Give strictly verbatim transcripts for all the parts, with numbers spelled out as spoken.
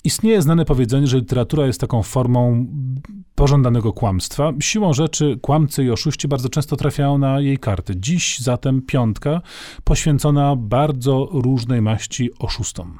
Istnieje znane powiedzenie, że literatura jest taką formą pożądanego kłamstwa. Siłą rzeczy kłamcy i oszuści bardzo często trafiają na jej karty. Dziś zatem piątka poświęcona bardzo różnej maści oszustom.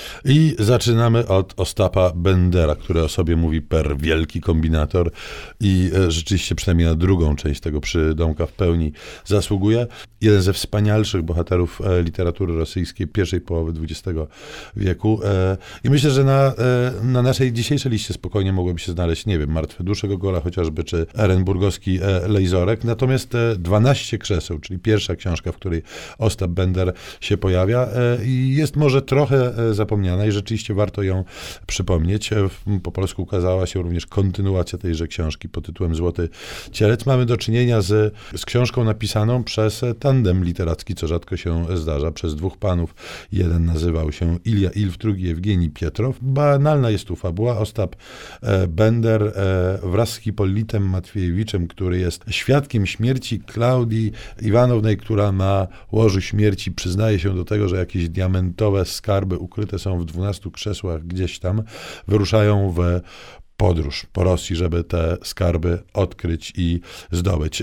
I zaczynamy od Ostapa Bendera, który o sobie mówi per wielki kombinator i e, rzeczywiście przynajmniej na drugą część tego przydomka w pełni zasługuje. Jeden ze wspanialszych bohaterów e, literatury rosyjskiej pierwszej połowy dwudziestego wieku. E, I myślę, że na, e, na naszej dzisiejszej liście spokojnie mogłyby się znaleźć, nie wiem, Martwe dusze Gogola chociażby, czy Erenburgowski e, Lejzorek. Natomiast e, dwanaście krzeseł, czyli pierwsza książka, w której Ostap Bender się pojawia e, i jest może trochę e, zapomniana i rzeczywiście warto ją przypomnieć. Po polsku ukazała się również kontynuacja tejże książki pod tytułem Złoty Cielec. Mamy do czynienia z, z książką napisaną przez tandem literacki, co rzadko się zdarza, przez dwóch panów. Jeden nazywał się Ilja Ilf, drugi Ewgenij Pietrow. Banalna jest tu fabuła. Ostap e, Bender e, wraz z Hipolitem Matwiejewiczem, który jest świadkiem śmierci Klaudii Iwanownej, która na łożu śmierci przyznaje się do tego, że jakieś diamentowe skarby ukryte są w dwunastu krzesłach gdzieś tam, wyruszają w podróż po Rosji, żeby te skarby odkryć i zdobyć.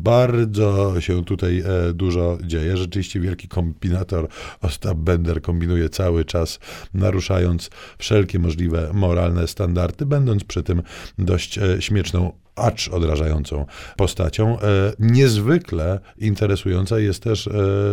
Bardzo się tutaj dużo dzieje. Rzeczywiście wielki kombinator Ostap Bender kombinuje cały czas, naruszając wszelkie możliwe moralne standardy, będąc przy tym dość śmieszną, acz odrażającą postacią. E, niezwykle interesująca jest też e,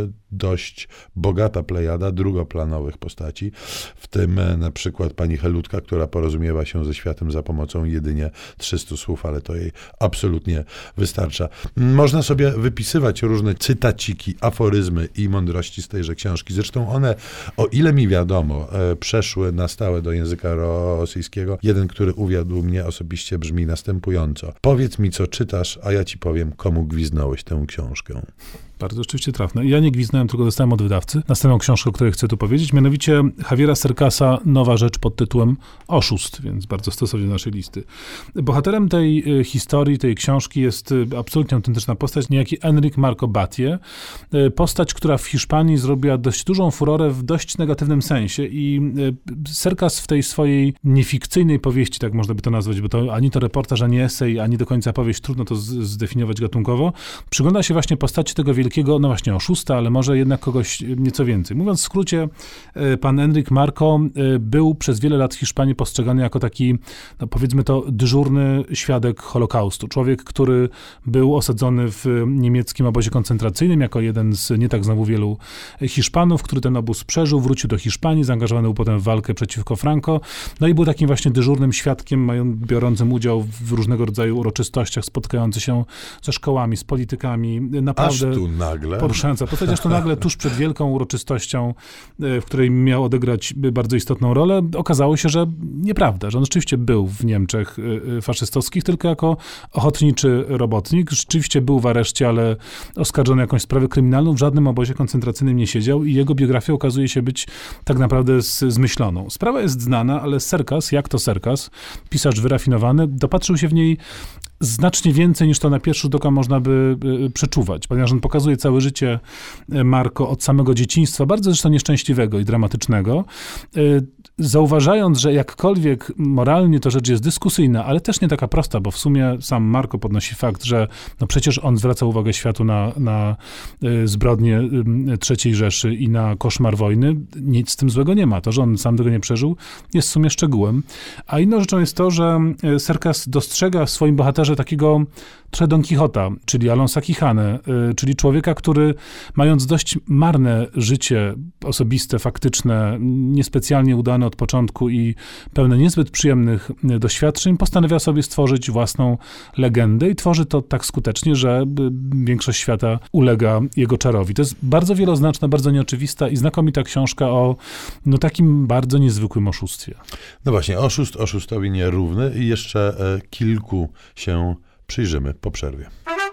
dość bogata plejada drugoplanowych postaci, w tym e, na przykład pani Helutka, która porozumiewa się ze światem za pomocą jedynie trzystu słów, ale to jej absolutnie wystarcza. Można sobie wypisywać różne cytaciki, aforyzmy i mądrości z tejże książki. Zresztą one, o ile mi wiadomo, e, przeszły na stałe do języka rosyjskiego. Jeden, który uwiadł mnie osobiście, brzmi następująco. Powiedz mi, co czytasz, a ja ci powiem, komu gwizdnąłeś tę książkę. Bardzo rzeczywiście trafne. Ja nie gwizdnąłem, tylko dostałem od wydawcy następną książkę, o której chcę tu powiedzieć, mianowicie Javiera Cercasa Nowa rzecz pod tytułem Oszust, więc bardzo stosownie do naszej listy. Bohaterem tej historii, tej książki jest absolutnie autentyczna postać, niejaki Enric Marco Batlle. Postać, która w Hiszpanii zrobiła dość dużą furorę w dość negatywnym sensie i Cercas w tej swojej niefikcyjnej powieści, tak można by to nazwać, bo to ani to reportaż, ani esej, ani do końca powieść, trudno to z- zdefiniować gatunkowo, przygląda się właśnie postaci tego wielkiego no właśnie oszusta, ale może jednak kogoś nieco więcej. Mówiąc w skrócie, pan Enric Marco był przez wiele lat w Hiszpanii postrzegany jako taki, no powiedzmy to, dyżurny świadek Holokaustu. Człowiek, który był osadzony w niemieckim obozie koncentracyjnym jako jeden z nie tak znowu wielu Hiszpanów, który ten obóz przeżył, wrócił do Hiszpanii, zaangażowany był potem w walkę przeciwko Franco, no i był takim właśnie dyżurnym świadkiem, mają, biorącym udział w różnego rodzaju uroczystościach, spotykający się ze szkołami, z politykami. Naprawdę Nagle. poruszająca postać, aż to nagle tuż przed wielką uroczystością, w której miał odegrać bardzo istotną rolę, okazało się, że nieprawda, że on rzeczywiście był w Niemczech faszystowskich, tylko jako ochotniczy robotnik. Rzeczywiście był w areszcie, ale oskarżony o jakąś sprawę kryminalną, w żadnym obozie koncentracyjnym nie siedział i jego biografia okazuje się być tak naprawdę z, zmyśloną. Sprawa jest znana, ale Cercas, jak to Cercas, pisarz wyrafinowany, dopatrzył się w niej znacznie więcej niż to na pierwszy rzut oka można by y, przeczuwać, ponieważ on pokazuje całe życie Marco od samego dzieciństwa, bardzo zresztą nieszczęśliwego i dramatycznego, y, zauważając, że jakkolwiek moralnie to rzecz jest dyskusyjna, ale też nie taka prosta, bo w sumie sam Marco podnosi fakt, że no przecież on zwraca uwagę światu na, na y, zbrodnie y, trzeciej Rzeszy i na koszmar wojny. Nic z tym złego nie ma. To, że on sam tego nie przeżył, jest w sumie szczegółem. A inną rzeczą jest to, że Cercas dostrzega w swoim bohaterze takiego trochę Don Quixota, czyli Alonsa Quijane, y, czyli człowieka, który mając dość marne życie osobiste, faktyczne, niespecjalnie udane od początku i pełne niezbyt przyjemnych doświadczeń, postanawia sobie stworzyć własną legendę i tworzy to tak skutecznie, że większość świata ulega jego czarowi. To jest bardzo wieloznaczna, bardzo nieoczywista i znakomita książka o no, takim bardzo niezwykłym oszustwie. No właśnie, oszust oszustowi nierówny i jeszcze e, kilku się przyjrzymy po przerwie.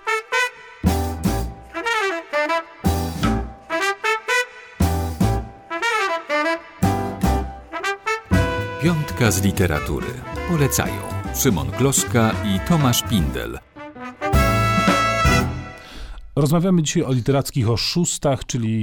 Piątka z literatury. Polecają Szymon Gloszka i Tomasz Pindel. Rozmawiamy dzisiaj o literackich oszustach, czyli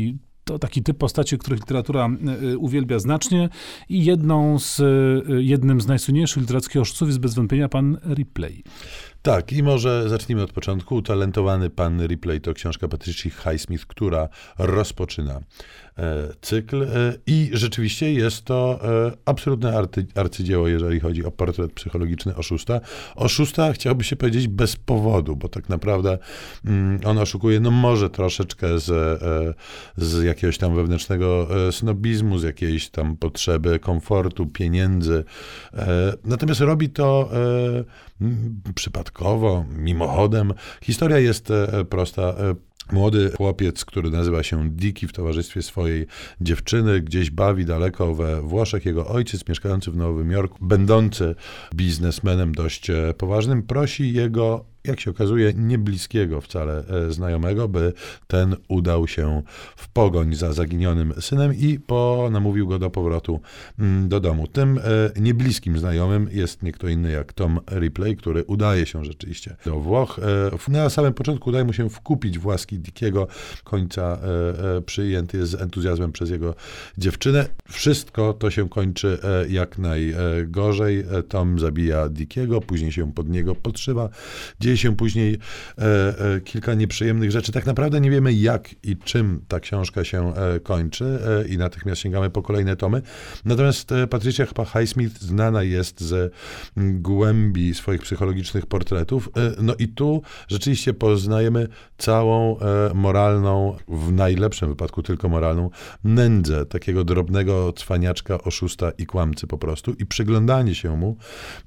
To taki typ postaci, których literatura uwielbia znacznie i jedną z, jednym z najsłynniejszych literackich oszustów jest bez wątpienia pan Ripley. Tak, i może zacznijmy od początku. Utalentowany pan Ripley to książka Patricia Highsmith, która rozpoczyna e, cykl e, i rzeczywiście jest to e, absolutne arty, arcydzieło, jeżeli chodzi o portret psychologiczny oszusta. Oszusta, chciałoby się powiedzieć, bez powodu, bo tak naprawdę mm, on oszukuje, no może troszeczkę z, e, z jakiegoś tam wewnętrznego e, snobizmu, z jakiejś tam potrzeby komfortu, pieniędzy. E, natomiast robi to e, m, przypadkowo, mimochodem. Historia jest e, prosta. E, Młody chłopiec, który nazywa się Dicky, w towarzystwie swojej dziewczyny, gdzieś bawi daleko we Włoszech. Jego ojciec, mieszkający w Nowym Jorku, będący biznesmenem dość poważnym, prosi jego, jak się okazuje, niebliskiego wcale znajomego, by ten udał się w pogoń za zaginionym synem i po, namówił go do powrotu do domu. Tym niebliskim znajomym jest nie kto inny jak Tom Ripley, który udaje się rzeczywiście do Włoch. Na samym początku udaje mu się wkupić w łaski Dickiego. Końca przyjęty jest z entuzjazmem przez jego dziewczynę. Wszystko to się kończy jak najgorzej. Tom zabija Dickiego, później się pod niego podszywa. Dzieje się później e, e, kilka nieprzyjemnych rzeczy. Tak naprawdę nie wiemy, jak i czym ta książka się e, kończy e, i natychmiast sięgamy po kolejne tomy. Natomiast e, Patricia Highsmith znana jest z m, głębi swoich psychologicznych portretów. E, no i tu rzeczywiście poznajemy całą e, moralną, w najlepszym wypadku tylko moralną, nędzę takiego drobnego cwaniaczka, oszusta i kłamcy po prostu. I przyglądanie się mu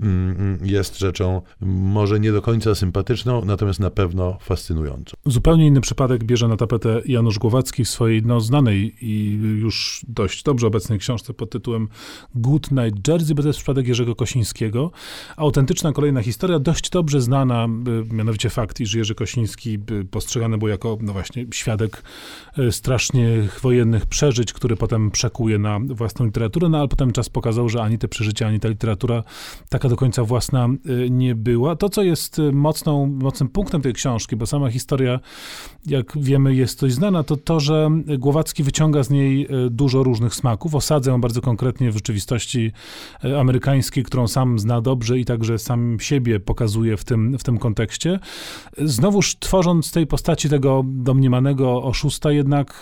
m, jest rzeczą może nie do końca sympatyczną, natomiast na pewno fascynującą. Zupełnie inny przypadek bierze na tapetę Janusz Głowacki w swojej no, znanej i już dość dobrze obecnej książce pod tytułem Good Night Jersey, bo to jest przypadek Jerzego Kosińskiego. Autentyczna kolejna historia, dość dobrze znana, mianowicie fakt, iż Jerzy Kosiński postrzegany był jako, no właśnie, świadek strasznych wojennych przeżyć, który potem przekuje na własną literaturę, no ale potem czas pokazał, że ani te przeżycia, ani ta literatura taka do końca własna nie była. To, co jest mocną, mocnym punktem tej książki, bo sama historia, jak wiemy, jest dość znana, to to, że Głowacki wyciąga z niej dużo różnych smaków, osadza ją bardzo konkretnie w rzeczywistości amerykańskiej, którą sam zna dobrze i także sam siebie pokazuje w tym, w tym kontekście. Znowuż tworząc z tej postaci tego domniemanego oszusta jednak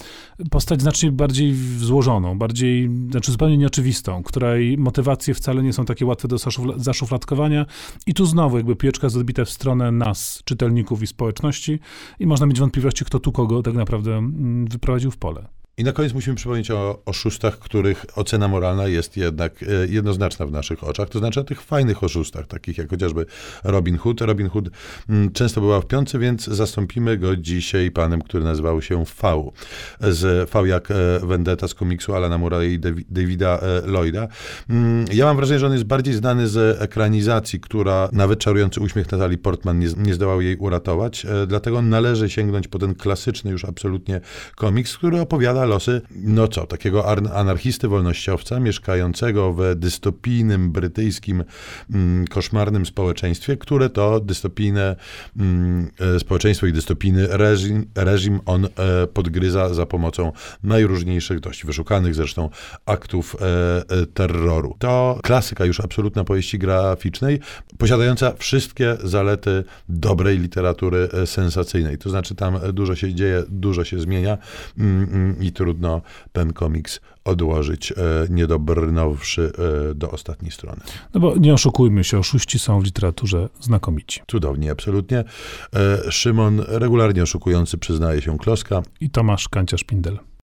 postać znacznie bardziej złożoną, bardziej, znaczy zupełnie nieoczywistą, której motywacje wcale nie są takie łatwe do zaszufladkowania i tu znowu jakby piłeczka jest odbita w stronę nas, czytelników i społeczności i można mieć wątpliwości, kto tu kogo tak naprawdę wyprowadził w pole. I na koniec musimy przypomnieć o oszustach, których ocena moralna jest jednak jednoznaczna w naszych oczach. To znaczy o tych fajnych oszustach, takich jak chociażby Robin Hood. Robin Hood często była w piątce, więc zastąpimy go dzisiaj panem, który nazywał się V. Z V jak Vendetta z komiksu Alana Moore'a i Davida Lloyda. Ja mam wrażenie, że on jest bardziej znany z ekranizacji, która nawet czarujący uśmiech Natalii Portman nie, nie zdołał jej uratować. Dlatego należy sięgnąć po ten klasyczny już absolutnie komiks, który opowiada losy, no co, takiego anarchisty, wolnościowca, mieszkającego w dystopijnym, brytyjskim, mm, koszmarnym społeczeństwie, które to dystopijne mm, społeczeństwo i dystopijny reżim, reżim on e, podgryza za pomocą najróżniejszych, dość wyszukanych zresztą, aktów e, e, terroru. To klasyka już absolutna powieści graficznej, posiadająca wszystkie zalety dobrej literatury e, sensacyjnej. To znaczy tam dużo się dzieje, dużo się zmienia mm, mm, i trudno ten komiks odłożyć, e, nie dobrnąwszy e, do ostatniej strony. No bo nie oszukujmy się, oszuści są w literaturze znakomici. Cudownie, absolutnie. E, Szymon, regularnie oszukujący, przyznaje się Kloska. I Tomasz Kanciarz-Pindel.